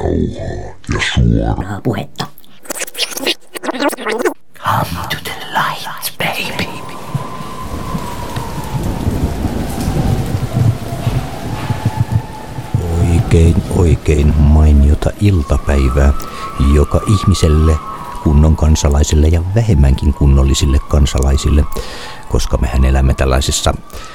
rauhaa ja suoraa puhetta. Come to the light, baby. Oikein mainiota iltapäivää joka ihmiselle, kunnon kansalaisille ja vähemmänkin kunnollisille kansalaisille, koska mehän elämme tällaisessa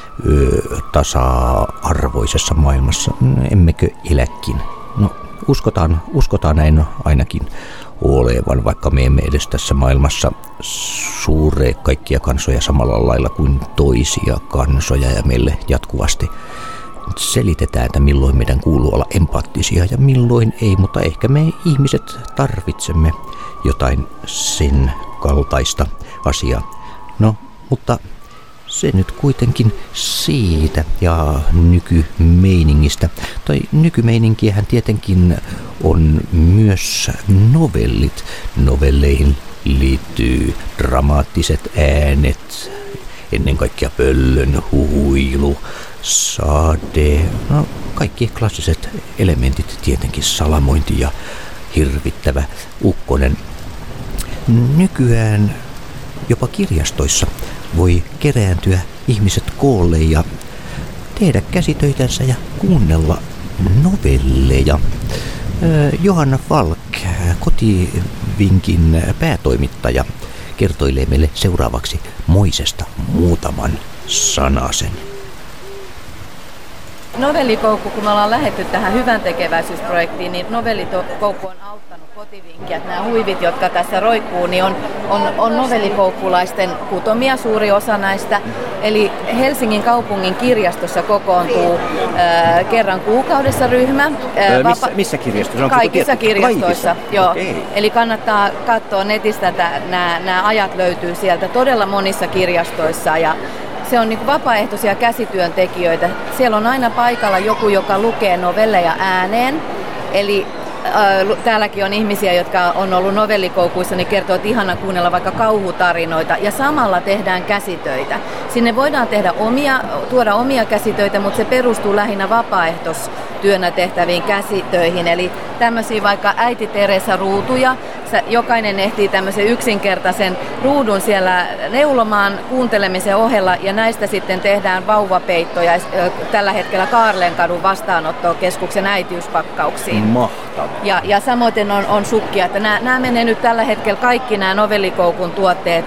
tasa-arvoisessa maailmassa, emmekö eläkin? No, uskotaan näin ainakin olevan, vaikka me emme edes tässä maailmassa suuree kaikkia kansoja samalla lailla kuin toisia kansoja, ja meille jatkuvasti selitetään, että milloin meidän kuuluu olla empaattisia ja milloin ei, mutta ehkä me ihmiset tarvitsemme jotain sen kaltaista asiaa. No, mutta se nyt kuitenkin siitä ja nykymeiningistä. Tai nykymeininkiähän tietenkin on myös novellit. Novelleihin liittyy dramaattiset äänet, ennen kaikkea pöllön huilu, sade, no kaikki klassiset elementit, tietenkin salamointi ja hirvittävä ukkonen. Nykyään jopa kirjastoissa voi kerääntyä ihmiset koolle ja tehdä käsitöitänsä ja kuunnella novelleja. Johanna Falk, Kotivinkin päätoimittaja, kertoilee meille seuraavaksi Moisesta muutaman sanasen. Novellikoukku, kun me ollaan lähdetty tähän hyvän tekeväisyysprojektiin, niin novellikoukku on auttanut Kotivinkkiä. Nämä huivit, jotka tässä roikkuu, niin on novellikoukkulaisten kutomia, suuri osa näistä. Eli Helsingin kaupungin kirjastossa kokoontuu kerran kuukaudessa ryhmä. Missä kirjastossa? Kaikissa kirjastoissa, joo. Okay. Eli kannattaa katsoa netistä, että nämä ajat löytyy sieltä todella monissa kirjastoissa. Ja se on niin vapaaehtoisia käsityöntekijöitä. Siellä on aina paikalla joku, joka lukee novelleja ääneen. Eli täälläkin on ihmisiä, jotka on ollut novellikoukuissa, niin kertoo, että ihana kuunnella vaikka kauhutarinoita. Ja samalla tehdään käsitöitä. Sinne voidaan tuoda omia käsitöitä, mutta se perustuu lähinnä vapaaehtoistyönä tehtäviin käsitöihin. Eli tämmöisiä vaikka äiti Teresa ruutuja. Jokainen ehtii tämmöisen yksinkertaisen ruudun siellä neulomaan kuuntelemisen ohella, ja näistä sitten tehdään vauvapeittoja tällä hetkellä Kaarlenkadun vastaanottokeskuksen äitiyspakkauksiin. Mahtavaa. Ja samoin on sukkia, että nämä menee nyt tällä hetkellä kaikki nämä novellikoukun tuotteet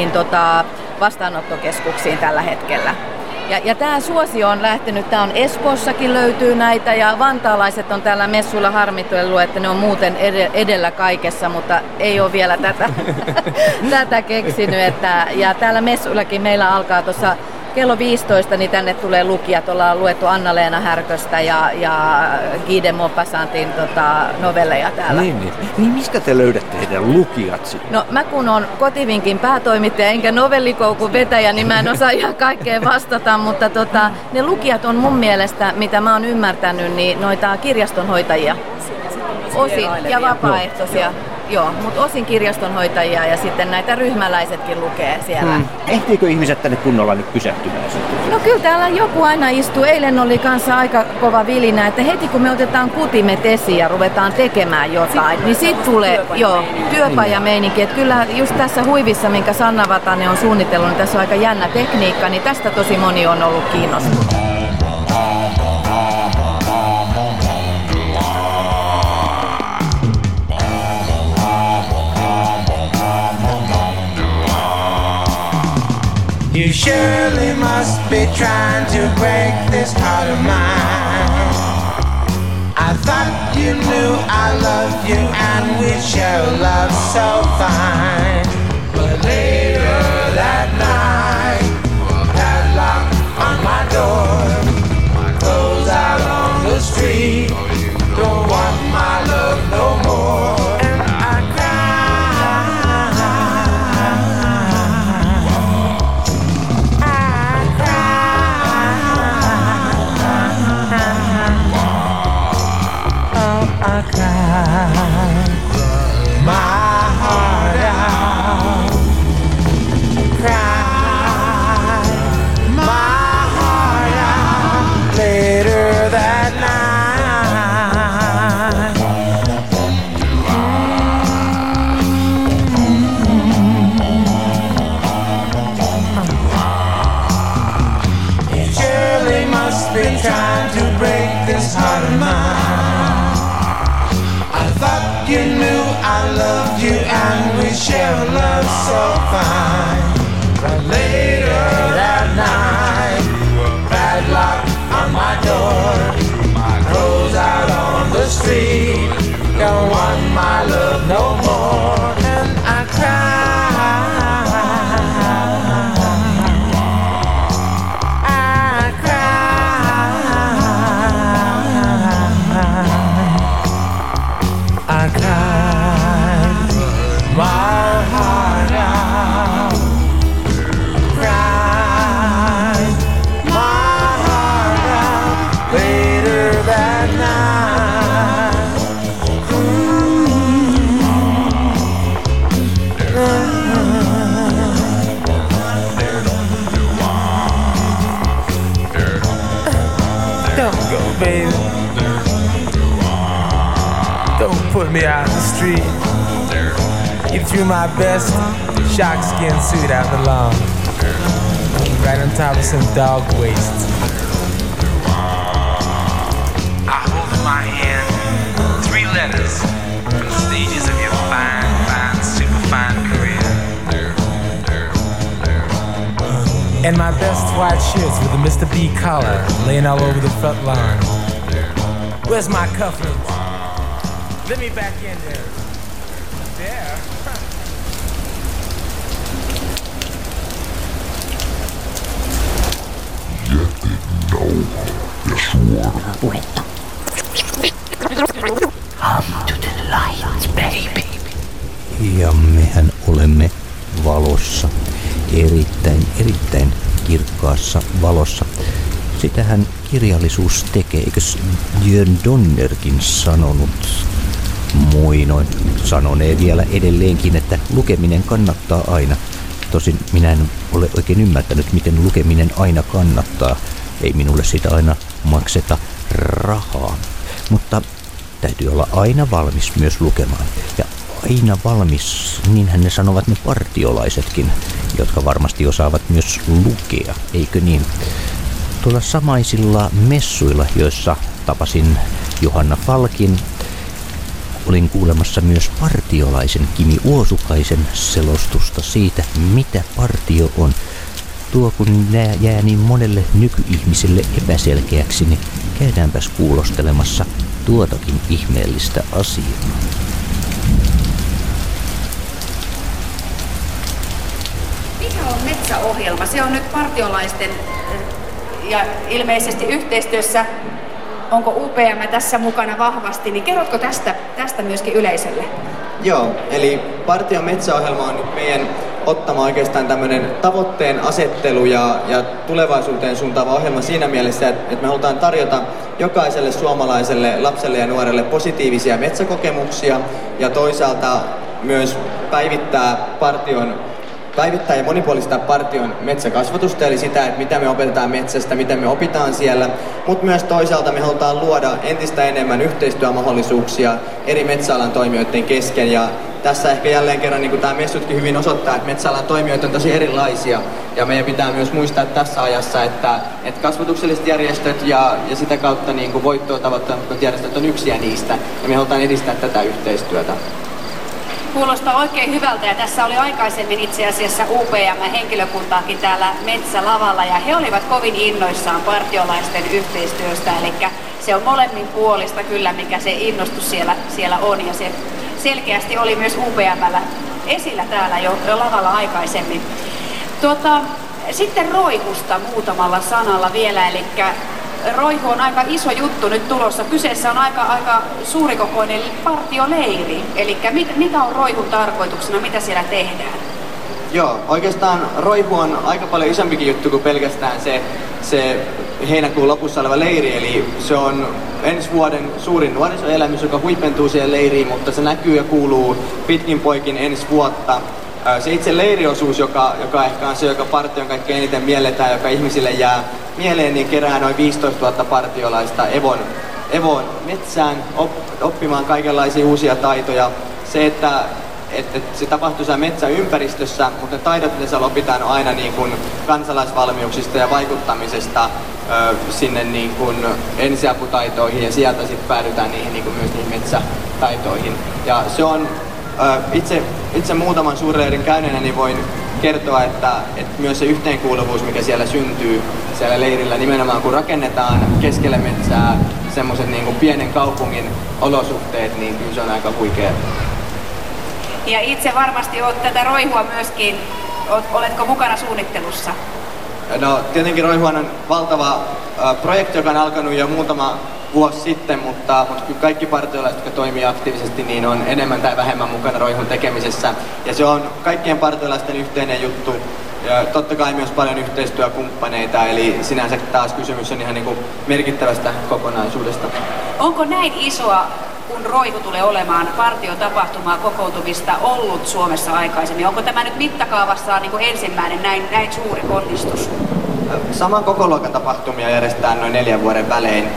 vastaanottokeskuksiin tällä hetkellä. Ja tämä suosio on lähtenyt, tämä on Espoossakin löytyy näitä, ja vantaalaiset on täällä messuilla harmitellut, että ne on muuten edellä kaikessa, mutta ei ole vielä tätä keksinyt. Ja täällä messuillakin meillä alkaa tuossa kello 15, niin tänne tulee lukijat. Ollaan luettu Anna-Leena Härköstä ja Guy de Maupassanttin novelleja täällä. Niin, mistä te löydätte heidän lukijat sitten? No mä kun on Kotivinkin päätoimittaja enkä novellikoukun vetäjä, niin mä en osaa ihan kaikkeen vastata, mutta ne lukijat on mun mielestä, mitä mä oon ymmärtänyt, niin noita kirjastonhoitajia. Osin ja vapaaehtoisia. Joo, mutta osin kirjastonhoitajia ja sitten näitä ryhmäläisetkin lukee siellä. Ehtiikö ihmiset tänne kunnolla nyt pysähtymään sitten? No kyllä täällä joku aina istuu. Eilen oli kanssa aika kova vilinä, että heti kun me otetaan kutimet esiin ja ruvetaan tekemään jotain, niin sitten tulee työpajameininki. Että kyllä just tässä huivissa, minkä Sanna Vatanen on suunnitellut, niin tässä on aika jännä tekniikka, niin tästä tosi moni on ollut kiinnostunut. You surely must be trying to break this heart of mine. I thought you knew I loved you and we'd share love so fine. But later that night, padlock on my door, clothes out on the street, don't want my love no more. and we share love so fine. But later that night, padlock on my door, goes out on the street, don't want my love no more, and I cry. I cried my heart out, cried my heart out later that night. Don't go, baby. Don't put me out in the street. You threw my best shark skin suit out the lawn, right on top of some dog waste. I hold in my hand 3 letters from the stages of your fine, fine, super fine career. And my best white shirts with a Mr. B collar laying all over the front lawn. Where's my cufflinks? Let me back in there. There. Puhetta. Come to the light, baby. Ja mehän olemme valossa. Erittäin kirkkaassa valossa. Sitähän kirjallisuus tekee, eikös Jörn Donnerkin sanonut muinoin. Sanonee vielä edelleenkin, että lukeminen kannattaa aina. Tosin minä en ole oikein ymmärtänyt, miten lukeminen aina kannattaa. Ei minulle sitä aina makseta rahaa. Mutta täytyy olla aina valmis myös lukemaan. Ja aina valmis, niinhän ne sanovat ne partiolaisetkin, jotka varmasti osaavat myös lukea, eikö niin? Tuolla samaisilla messuilla, joissa tapasin Johanna Falkin, olin kuulemassa myös partiolaisen Kimi Uosukaisen selostusta siitä, mitä partio on. Tuo kun nää jää niin monelle nykyihmiselle epäselkeäksi, niin käydäänpäs kuulostelemassa tuotakin ihmeellistä asiaa. Mikä on metsäohjelma? Se on nyt partiolaisten ja ilmeisesti yhteistyössä. Onko UPM tässä mukana vahvasti, niin kerrotko tästä myöskin yleisölle? Joo, eli Partion metsäohjelma on nyt meidän ottama oikeastaan tämmöinen tavoitteen asettelu ja tulevaisuuteen suuntaava ohjelma siinä mielessä, että me halutaan tarjota jokaiselle suomalaiselle lapselle ja nuorelle positiivisia metsäkokemuksia ja toisaalta myös päivittää ja monipuolistaa Partion metsäkasvatusta, eli sitä, että mitä me opetetaan metsästä, mitä me opitaan siellä, mutta myös toisaalta me halutaan luoda entistä enemmän yhteistyömahdollisuuksia eri metsäalan toimijoiden kesken, ja tässä ehkä jälleen kerran niin kuin tämä messutkin hyvin osoittaa, että metsäalan toimijoita on tosi erilaisia, ja meidän pitää myös muistaa tässä ajassa, että kasvatukselliset järjestöt ja sitä kautta niin kuin voittoa tavoittavat järjestöt on yksiä niistä, ja me halutaan edistää tätä yhteistyötä. Kuulostaa oikein hyvältä, ja tässä oli aikaisemmin itse asiassa UPM-henkilökuntaakin täällä metsälavalla, ja he olivat kovin innoissaan partiolaisten yhteistyöstä, eli se on molemmin puolista kyllä, mikä se innostus siellä on, ja se selkeästi oli myös UPM:llä esillä täällä jo lavalla aikaisemmin. Sitten roikusta muutamalla sanalla vielä, eli roihu on aika iso juttu nyt tulossa. Kyseessä on aika suurikokoinen partioleiri. Eli mikä on roihun tarkoituksena, mitä siellä tehdään? Joo, oikeastaan roihu on aika paljon isompikin juttu kuin pelkästään se heinäkuun lopussa oleva leiri. Eli se on ensi vuoden suurin nuorisoelämys, joka huipentuu siihen leiriin, mutta se näkyy ja kuuluu pitkin poikin ensi vuotta. Se itse leiriosuus, joka ehkä on se, joka Partion kaikkein eniten mielletään, joka ihmisille jää mieleen, niin kerää noin 15 000 partiolaista Evon metsään oppimaan kaikenlaisia uusia taitoja. Se, että se tapahtuu siellä metsäympäristössä, mutta ne taidot, mitä siellä opitaan, on aina niin kuin kansalaisvalmiuksista ja vaikuttamisesta sinne niin kuin ensiaputaitoihin, ja sieltä sitten päädytään niihin, niin kuin myös niihin metsätaitoihin. Ja se on Itse muutaman suurleirin käyneenä niin voin kertoa, että myös se yhteenkuuluvuus, mikä siellä syntyy siellä leirillä, nimenomaan kun rakennetaan keskelle metsää semmoiset niin kuin pienen kaupungin olosuhteet, niin kyllä se on aika huikea. Ja itse varmasti olet tätä roihua myöskin, oletko mukana suunnittelussa? No tietenkin Roihuhan on valtava projekti, joka on alkanut jo muutama vuosi sitten, mutta kaikki partiolaiset, jotka toimii aktiivisesti, niin on enemmän tai vähemmän mukana Roihun tekemisessä. Ja se on kaikkien partiolaisten yhteinen juttu. Ja totta kai myös paljon yhteistyökumppaneita, eli sinänsä taas kysymys on ihan niin kuin merkittävästä kokonaisuudesta. Onko näin isoa, kun Roihu tulee olemaan partiotapahtumaa, kokoontumista ollut Suomessa aikaisemmin? Onko tämä nyt mittakaavassaan niin kuin ensimmäinen näin suuri onnistus? Saman kokoluokan tapahtumia järjestetään noin 4 vuoden välein.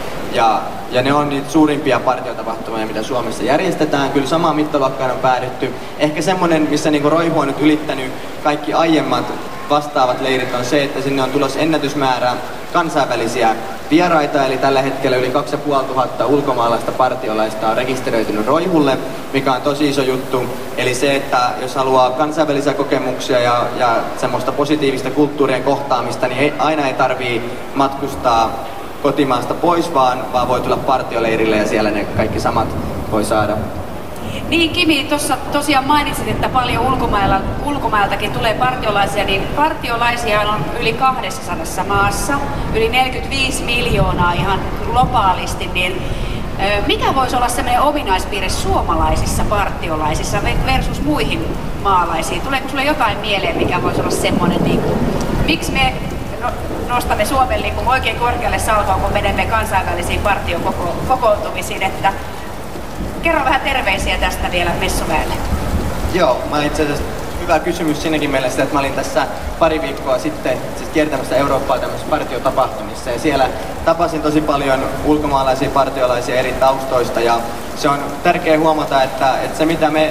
Ja ne on niitä suurimpia partiotapahtumia, mitä Suomessa järjestetään. Kyllä samaan mittaluokkaan on päädytty. Ehkä semmoinen, missä niin kuin Roihu on nyt ylittänyt kaikki aiemmat vastaavat leirit, on se, että sinne on tulossa ennätysmäärä kansainvälisiä vieraita, eli tällä hetkellä yli 2500 ulkomaalaista partiolaista on rekisteröitynyt Roihulle, mikä on tosi iso juttu. Eli se, että jos haluaa kansainvälisiä kokemuksia ja semmoista positiivista kulttuurien kohtaamista, niin aina ei tarvii matkustaa kotimaasta pois, vaan voi tulla partioleirille ja siellä ne kaikki samat voi saada. Niin Kimi, tuossa tosiaan mainitsit, että paljon ulkomailtakin tulee partiolaisia, niin partiolaisia on yli 200 maassa, yli 45 miljoonaa ihan globaalisti, niin mikä voisi olla sellainen ominaispiirre suomalaisissa partiolaisissa versus muihin maalaisiin? Tuleeko sulle jotain mieleen, mikä voisi olla semmoinen, niin kuin, miksi me nostamme Suomen niin kuin oikein korkealle salkoon, kun menemme kansainvälisiin partiokokoontumisiin, että kerro vähän terveisiä tästä vielä messuväelle. Joo, mä itse asiassa hyvä kysymys siinäkin mielessä, että mä olin tässä pari viikkoa sitten siis kiertämässä Eurooppaa tämmöisessä partiotapahtumissa ja siellä tapasin tosi paljon ulkomaalaisia partiolaisia eri taustoista ja se on tärkeää huomata, että se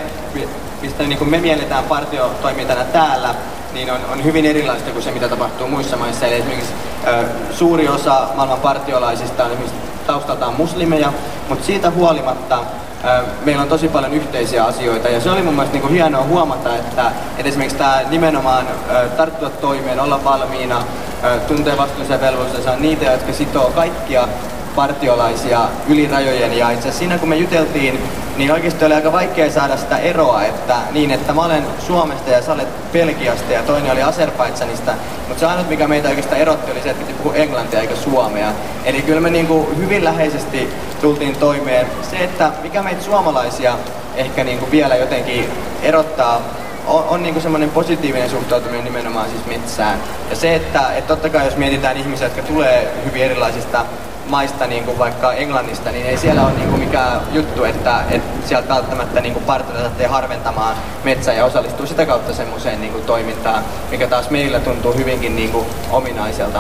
mistä niin kuin me mielletään partiotoimintana täällä, niin on hyvin erilaista kuin se, mitä tapahtuu muissa maissa. Eli esimerkiksi suuri osa maailman partiolaisista on esimerkiksi taustaltaan muslimeja, mutta siitä huolimatta meillä on tosi paljon yhteisiä asioita. Ja se oli mun mielestä niin kuin hienoa huomata, että esimerkiksi tämä nimenomaan tarttua toimeen, olla valmiina, tuntee vastuunsa ja velvollisuutensa on niitä, jotka sitoo kaikkia partiolaisia yli rajojen. Ja itse asiassa siinä kun me juteltiin, niin oikeasti oli aika vaikea saada sitä eroa, että mä olen Suomesta ja sä olet Belgiasta ja toinen oli Azerbaidžanista. Mutta se ainut mikä meitä oikeastaan erotti oli se, että piti puhua englantia eikä suomea. Eli kyllä me niinku hyvin läheisesti tultiin toimeen. Se, että mikä meitä suomalaisia ehkä niinku vielä jotenkin erottaa, on niinku semmoinen positiivinen suhtautuminen nimenomaan siis metsään. Ja se, että totta kai jos mietitään ihmisiä, jotka tulee hyvin erilaisista maista, niin kuin vaikka Englannista, niin ei siellä ole niin kuin mikään juttu, että sieltä välttämättä niin partioita lähtee harventamaan metsää ja osallistuu sitä kautta semmoiseen niin kuin toimintaan, mikä taas meillä tuntuu hyvinkin niin kuin ominaiselta.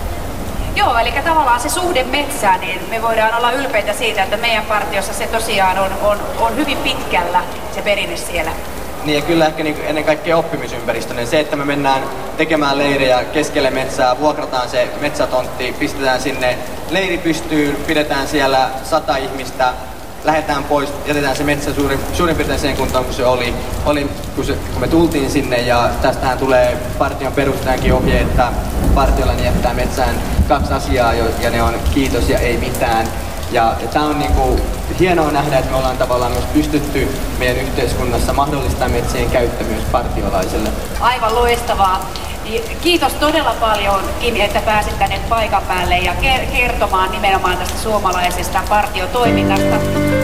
Joo, eli tavallaan se suhde metsään, niin me voidaan olla ylpeitä siitä, että meidän partiossa se tosiaan on hyvin pitkällä se perinne siellä. Niin ja kyllä ehkä niin ennen kaikkea oppimisympäristö, niin se, että me mennään tekemään leirejä keskelle metsää, vuokrataan se metsätontti, pistetään sinne leiri pystyyn, pidetään siellä 100 ihmistä, lähdetään pois, jätetään se metsä suurin piirtein sen kuntoon kuin se oli kun me tultiin sinne ja tästähän tulee partion perustajankin ohje, että partiolla jättää metsään 2 asiaa ja ne on kiitos ja ei mitään. Ja tää on niinku hienoa nähdä, että me ollaan tavallaan myös pystytty meidän yhteiskunnassa mahdollistamaan metsien käyttö myös partiolaisille. Aivan loistavaa. Kiitos todella paljon, Kimi, että pääsit tänne paikan päälle ja kertomaan nimenomaan tästä suomalaisesta partiotoiminnasta.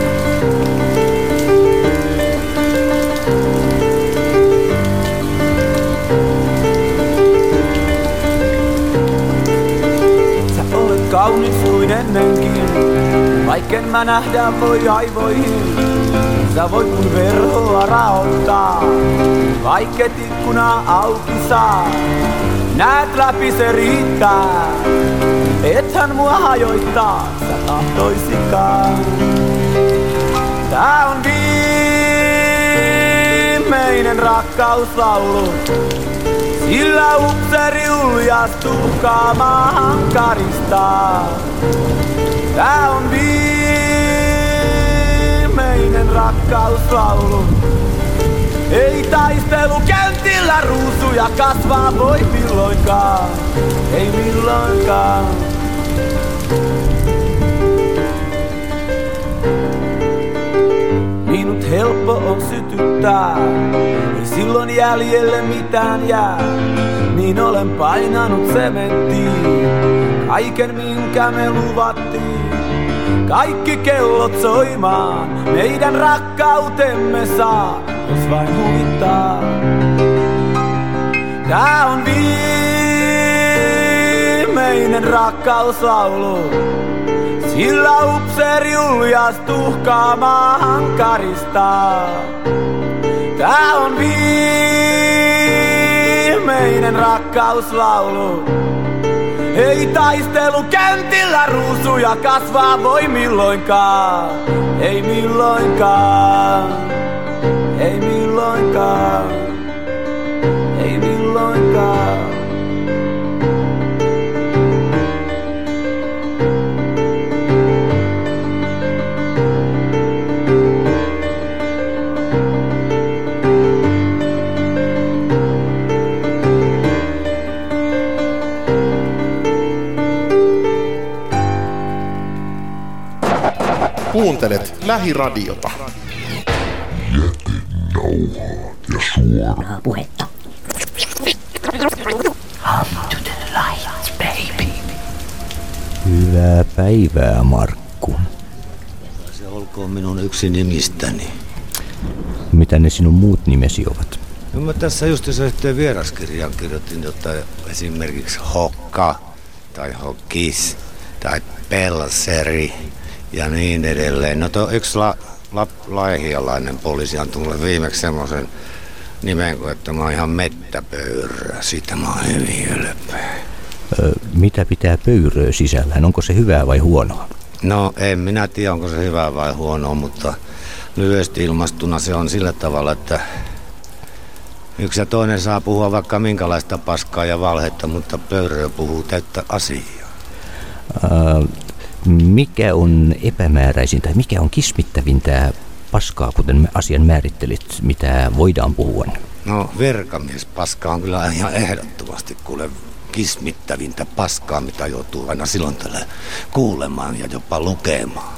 Sä olet kaunis kuin ennenkin, vaikken mä nähdä voi aivoihin. Sä voit mun verhoa raottaa, vaikket ikkuna auki saa. Näet läpi se riittää, ethän mua hajoittaa, sä tahtoisikaan. Tää on viimeinen rakkauslaulu, sillä upseeri uljastuu maahan karistaa. Tää on viimeinen rakkauslaulu, Ei taistelukentillä ruusuja kasvaa voi milloinkaan, ei milloinkaan. Minut helppo on sytyttää, ei silloin jäljelle mitään jää. Niin olen painanut sementtiin kaiken minkä me luvattiin. Kaikki kellot soimaan, meidän rakkautemme saa, jos vain huvittaa. Tää on viimeinen rakkauslaulu, sillä upseeri uljastuhkaa maahan karistaa. Tää on viimeinen rakkauslaulu. Ei taistelukentillä ruusuja kasvaa voi milloinkaan, ei milloinkaan, ei milloinkaan, ei milloinkaan. Kuuntelet Lähiradiota. Jätenauhaa ja suoraa puhetta. Hum to the lights, baby. Hyvää päivää, Markku. Se olkoon minun yksi nimistäni. Mitä ne sinun muut nimesi ovat? No mä tässä just yhteen vieraskirjaan kirjoitin esimerkiksi Hokka tai Hokkis tai Pelseri ja niin edelleen. No tuo yksi laihialainen poliisi antoi mulle viimeksi semmoisen nimen kuin, että mä oon ihan mettäpöyrä. Siitä mä oon hyvin ylpeä. Mitä pitää pöyröä sisällään? Onko se hyvää vai huonoa? No en minä tiedä, onko se hyvää vai huonoa, mutta lyhyesti ilmastuna se on sillä tavalla, että yksi ja toinen saa puhua vaikka minkälaista paskaa ja valhetta, mutta pöyrö puhuu täyttä asiaa. Mikä on epämääräisintä, mikä on kismittävintä paskaa, kuten asian määrittelit, mitä voidaan puhua? No virkamiespaska on kyllä ihan ehdottomasti kuule kismittävintä paskaa, mitä joutuu aina silloin tällä kuulemaan ja jopa lukemaan.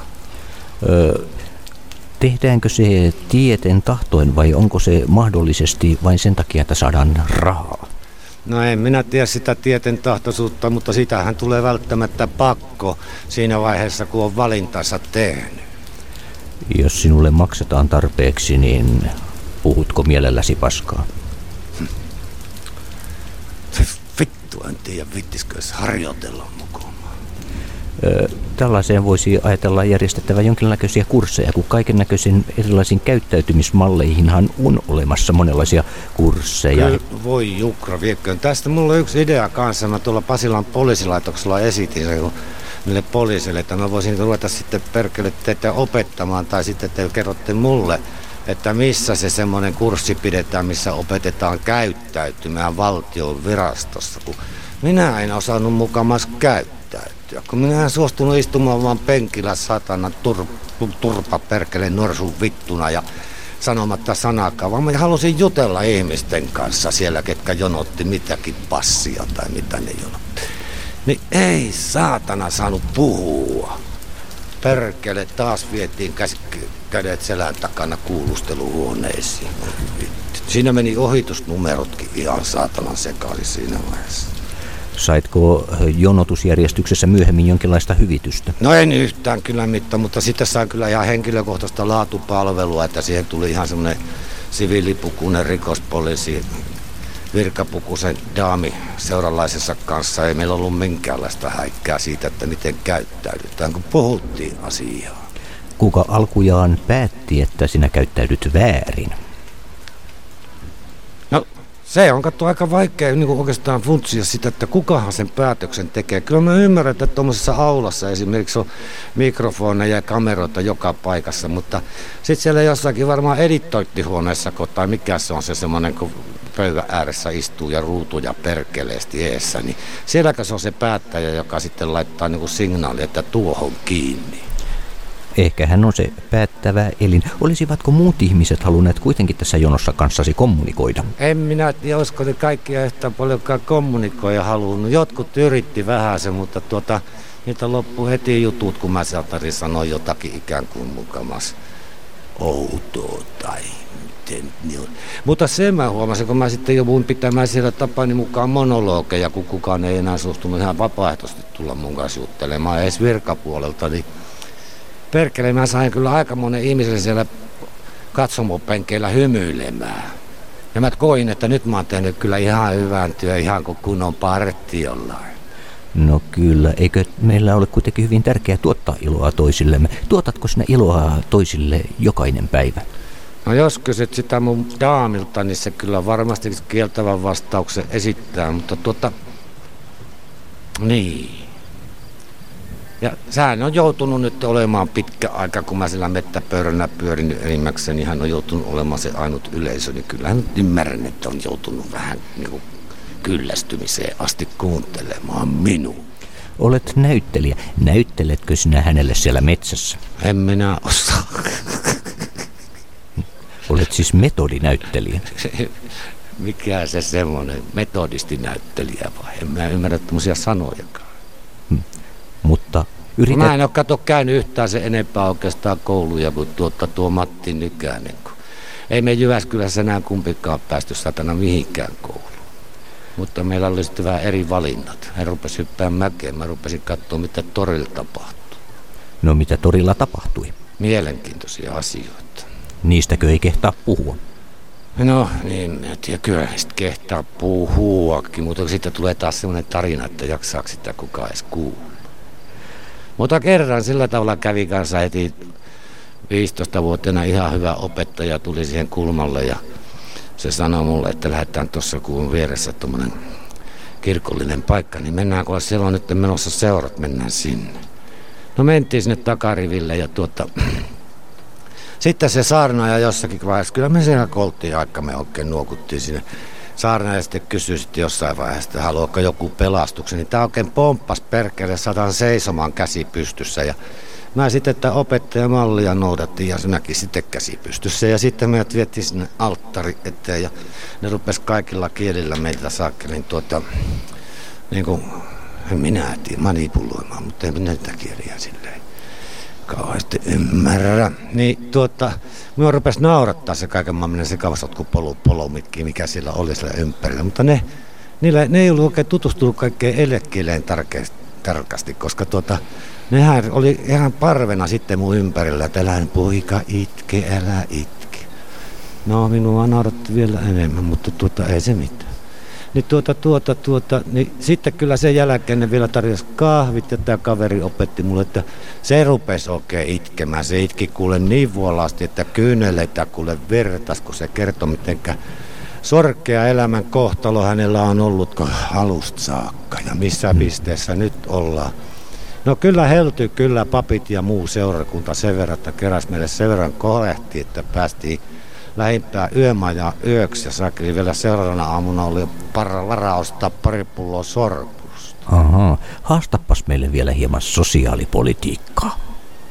Tehdäänkö se tieten tahtoen vai onko se mahdollisesti vain sen takia, että saadaan rahaa? No en minä tiedä sitä tieten tahtoisuutta, mutta sitähän tulee välttämättä pakko siinä vaiheessa, kun on valintansa tehnyt. Jos sinulle maksetaan tarpeeksi, niin puhutko mielelläsi paskaa? Vittu, en tiedä, vittisikö edes harjoitella mukaan. Tällaiseen voisi ajatella järjestettävä jonkinlaisia kursseja, kun kaiken näköisiin erilaisiin käyttäytymismalleihinhan on olemassa monenlaisia kursseja. Kyllä, voi Jukra viekköön. Tästä mulla on yksi idea kanssa. Mä tuolla Pasilan poliisilaitoksella esitin se niille poliisille, että mä voisin ruveta sitten perkele teitä opettamaan, tai sitten te kerrotte mulle, että missä se semmoinen kurssi pidetään, missä opetetaan käyttäytymään valtion virastossa, kun minä en osannut mukamas käyttäytyä. Kun minä en suostunut istumaan vaan penkillä satana turpa perkele norsun vittuna ja sanomatta sanakaan, vaan mä halusin jutella ihmisten kanssa siellä, ketkä jonotti mitäkin passia tai mitä ne jonotti. Niin ei saatana saanut puhua. Perkele taas vietiin kädet selän takana kuulusteluhuoneisiin. Siinä meni ohitusnumerotkin ihan saatanan sekaisin siinä vaiheessa. Saitko jonotusjärjestyksessä myöhemmin jonkinlaista hyvitystä? No en yhtään kyllä mitään, mutta sitten sain kyllä ihan henkilökohtaista laatupalvelua, että siihen tuli ihan semmoinen siviilipukuinen rikospoliisi, virkapukuisen daami seuralaisessa kanssa. Ei meillä ollut minkäänlaista häikkää siitä, että miten käyttäydytään, kun puhuttiin asiaa. Kuka alkujaan päätti, että sinä käyttäydyt väärin? No se on aika vaikea niin oikeastaan funtsia sitä, että kukahan sen päätöksen tekee. Kyllä mä ymmärrän, että tuommoisessa aulassa esimerkiksi on mikrofoneja ja kameroita joka paikassa, mutta sitten siellä jossakin varmaan editointihuoneessa tai mikä se on se semmoinen, kun pöydän ääressä istuu ja ruutuja perkeleesti eessä, niin sielläkö se on se päättäjä, joka sitten laittaa niin kuin signaali, että tuohon kiinni. Ehkä hän on se päättävä elin. Olisivatko muut ihmiset halunneet kuitenkin tässä jonossa kanssasi kommunikoida? En minä tiedä, olisiko ne kaikkia yhtä paljonkaan kommunikoida halunnut. Jotkut yritti vähän se, mutta niitä loppui heti jutut, kun mä sieltä sanoin jotakin ikään kuin mukamas outoa tai miten niin on. Mutta sen mä huomasin, kun mä sitten jouduin pitämään siellä tapani mukaan monologeja, kun kukaan ei enää suostunut ihan vapaaehtoisesti tulla mun kanssa juttelemaan, edes virkapuolelta, niin perkele, mä sain kyllä aika monen ihmisen siellä katsomopenkeillä hymyilemään. Ja mä koin, että nyt mä oon tehnyt kyllä ihan hyvän työn, ihan kuin kunnon partiolla. No kyllä, eikö meillä ole kuitenkin hyvin tärkeää tuottaa iloa toisillemme? Tuotatko sinä iloa toisille jokainen päivä? No jos kysyt sitä mun daamilta, niin se kyllä varmasti kieltävän vastauksen esittää, mutta niin. Ja sehän on joutunut nyt olemaan pitkä aika, kun mä sillä mettäpöydällä pyörin enimmäkseen, niin hän on joutunut olemaan se ainut yleisö, niin kyllähän nyt ymmärrän, että on joutunut vähän niin kuin kyllästymiseen asti kuuntelemaan minua. Olet näyttelijä. Näytteletkö sinä hänelle siellä metsässä? En minä osaa. Olet siis metodinäyttelijä. Mikä se semmoinen metodistinäyttelijä vai? En mä ymmärrä tämmöisiä sanojakaan. Mutta Mä en ole käynyt yhtään se enempää oikeastaan kouluja kuin tuo Matti Nykänen. Ei me Jyväskylässä enää kumpikaan päästy satana mihinkään kouluun. Mutta meillä oli sitten vähän eri valinnat. Hän rupesi hyppään mäkeen. Mä rupesin katsoa, mitä torilla tapahtui. No mitä torilla tapahtui? Mielenkiintoisia asioita. Niistäkö ei kehtaa puhua? No niin, ja kyllä sitten kehtaa puhuakin, mutta sitten tulee taas sellainen tarina, että jaksaako sitä kukaan edes kuulla. Mutta kerran sillä tavalla kävi kanssa heti 15-vuotiaana ihan hyvä opettaja tuli siihen kulmalle ja se sanoi mulle, että lähdetään tuossa kuun vieressä tuommoinen kirkollinen paikka, niin mennään, kun siellä on nyt menossa seurat, mennään sinne. No mentiin sinne takariville ja sitten se saarnaaja jossakin vaiheessa, kyllä me siellä kolttiin aika, me oikein nuokuttiin sinne. Saarnaaja sitten kysyi sitten jossain vaiheessa, että haluatko joku pelastuksen. Niin tää oikein pomppas perkele, satan seisomaan käsi pystyssä. Ja mä sitten että opettajamallia noudattiin ja sinäkin sitten käsi pystyssä. Ja sitten meidät vietiin sinne alttari eteen ja ne rupesi kaikilla kielillä meiltä saakkelin niin kuin en minä tiedä manipuloimaan, mutta en minä niitä kieliä silleen kauheasti ymmärrä. Niin minua rupesi naurattaa se kaiken maailman sekavasotkupolomitkin, mikä siellä oli siellä ympärillä. Mutta ne ei ollut oikein tutustunut kaikkeen elekieleen tarkasti, koska nehän oli ihan parvena sitten mun ympärillä, että älä poika itke, älä itke. No minua nauratti vielä enemmän, mutta ei se mitään. Niin niin sitten kyllä sen jälkeen ne vielä tarjosi kahvit ja tämä kaveri opetti mulle, että se rupesi oikein itkemään. Se itki kuule niin vuolaasti, että kyyneleitä kuule vertas, kun se kertoi mitenkä sorkea elämän kohtalo hänellä on ollut alusta saakka ja missä pisteessä nyt ollaan. No kyllä heltyi kyllä papit ja muu seurakunta sen verran, että keräs meille sen verran kolehti, että päästiin lähimpää yömaja yöksi ja saakeli vielä seuraavana aamuna oli varaa ostaa pari pulloa sorpusta. Ahaa, haastapas meille vielä hieman sosiaalipolitiikkaa.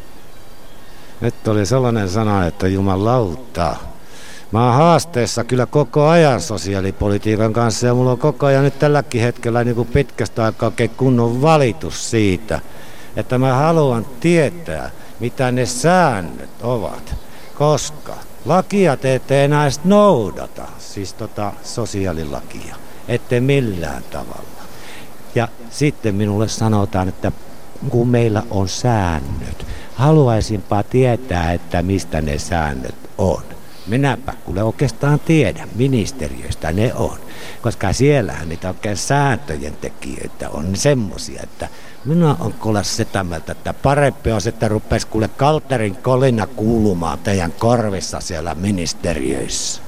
Nyt oli sellainen sana, että jumalauta. Mä oon haasteessa kyllä koko ajan sosiaalipolitiikan kanssa ja mulla on koko ajan nyt tälläkin hetkellä niin kuin pitkästä aikaa oikein kunnon valitus siitä, että mä haluan tietää, mitä ne säännöt ovat, koska lakia te ette enää edes noudata, siis sosiaalilakia, ette millään tavalla. Ja sitten minulle sanotaan, että kun meillä on säännöt, haluaisinpa tietää, että mistä ne säännöt on. Minäpä kuule oikeastaan tiedän, ministeriöstä ne on, koska siellähän niitä oikein sääntöjen tekijöitä on semmosia, että minä on kuule sitä mieltä, että parempi on, että rupesi kuule kalterin kolina kuulumaan teidän korvissa siellä ministeriöissä.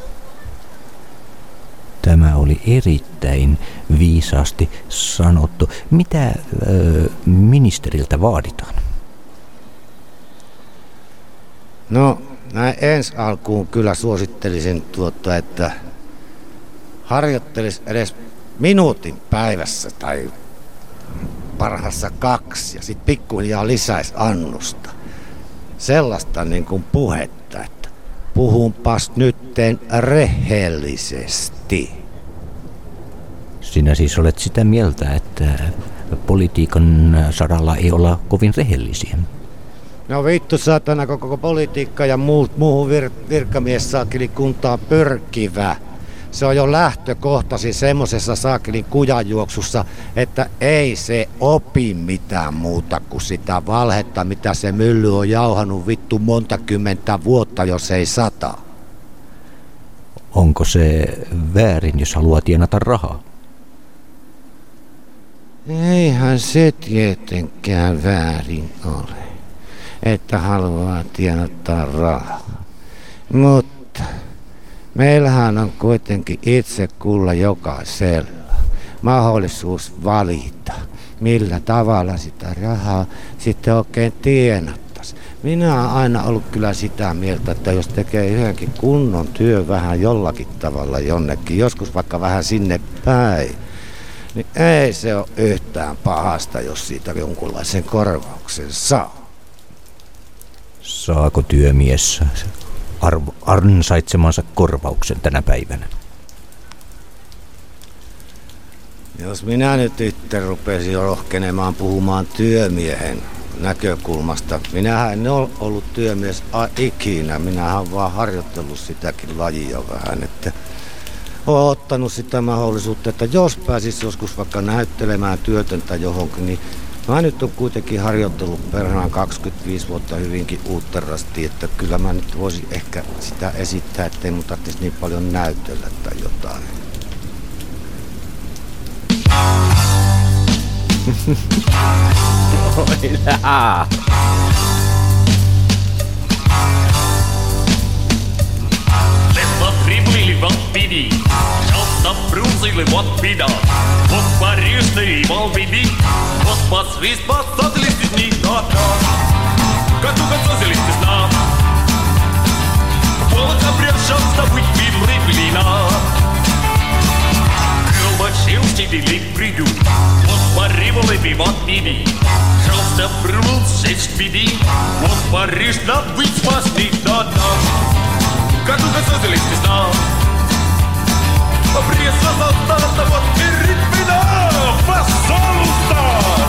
Tämä oli erittäin viisaasti sanottu. Mitä ministeriltä vaaditaan? No, näin ensi alkuun kyllä suosittelisin että harjoittelisi edes minuutin päivässä tai parhaassa 2 ja sitten pikkuhiljaa lisäisi annosta. sellaista niin kuin puhetta, että puhunpas nytten rehellisesti. Sinä siis olet sitä mieltä, että politiikan saralla ei olla kovin rehellisiä? No vittu saatana, koko politiikka ja muuhun virkamiessaakelikuntaan pyrkivä. Se on jo lähtökohtaisesti semmosessa saakelin kujanjuoksussa, että ei se opi mitään muuta kuin sitä valhetta, mitä se mylly on jauhanut vittu monta kymmentä vuotta, jos ei 100. Onko se väärin, jos haluaa tienata rahaa? Eihän se tietenkään väärin ole, että haluaa tienata rahaa. Mutta meillähän on kuitenkin itse kulla jokaisella mahdollisuus valita, millä tavalla sitä rahaa sitten oikein tienattaisiin. Minä olen aina ollut kyllä sitä mieltä, että jos tekee yhdenkin kunnon työ vähän jollakin tavalla jonnekin, joskus vaikka vähän sinne päin, niin ei se ole yhtään pahasta, jos siitä jonkunlaisen korvauksen saa. Saako työmies ansaitsemansa korvauksen tänä päivänä? Jos minä nyt itse rupesin rohkenemaan puhumaan työmiehen näkökulmasta. Minähän en ole ollut työmies ikinä. Minähän olen vaan harjoitellut sitäkin lajia vähän, että olen ottanut sitä mahdollisuutta, että jos pääsis joskus vaikka näyttelemään työtöntä johonkin, niin mä nyt on kuitenkin harjoitellut perhana 25 vuotta hyvinkin uutterasti, että kyllä mä nyt voisin ehkä sitä esittää, ettei mun tarvitsisi niin paljon näytellä tai jotain. Oi lää. Leffa trivelig vad pidi, tjata brusille vad pida, hoppa ryste valvidi, hoppas rispa sosialistis niin tahtaa, katuka sosialistis naa, polka brjavšavsta vuitvi mrivilina, krova šilštidi likbridu, hoppa rivolevi vad pidi, tjata brul šeštpidi, hoppa rysta vuitspas niin tahtaa, katuka sosialistis naa. Пресса застата, вот и ритмина, пожалуйста!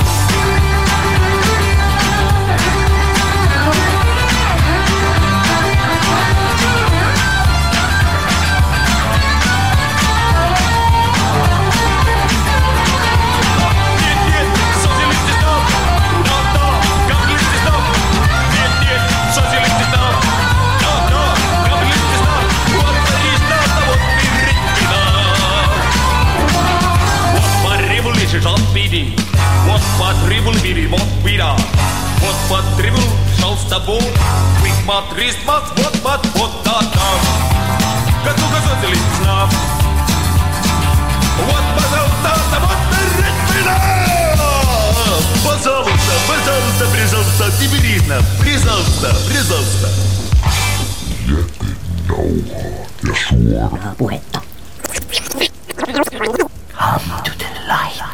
Вот потребул бери, вот бира. Вот потребул, шел с тобой. Quick матрис, вот да-да. Катука созелись нам. Вот, пожалуйста, вот ритмина. Пожалуйста, пожалуйста, прижалуйста, Тиберина. Прижалуйста. Jätin nauhaa ja suoraa puhetta. Come to the light.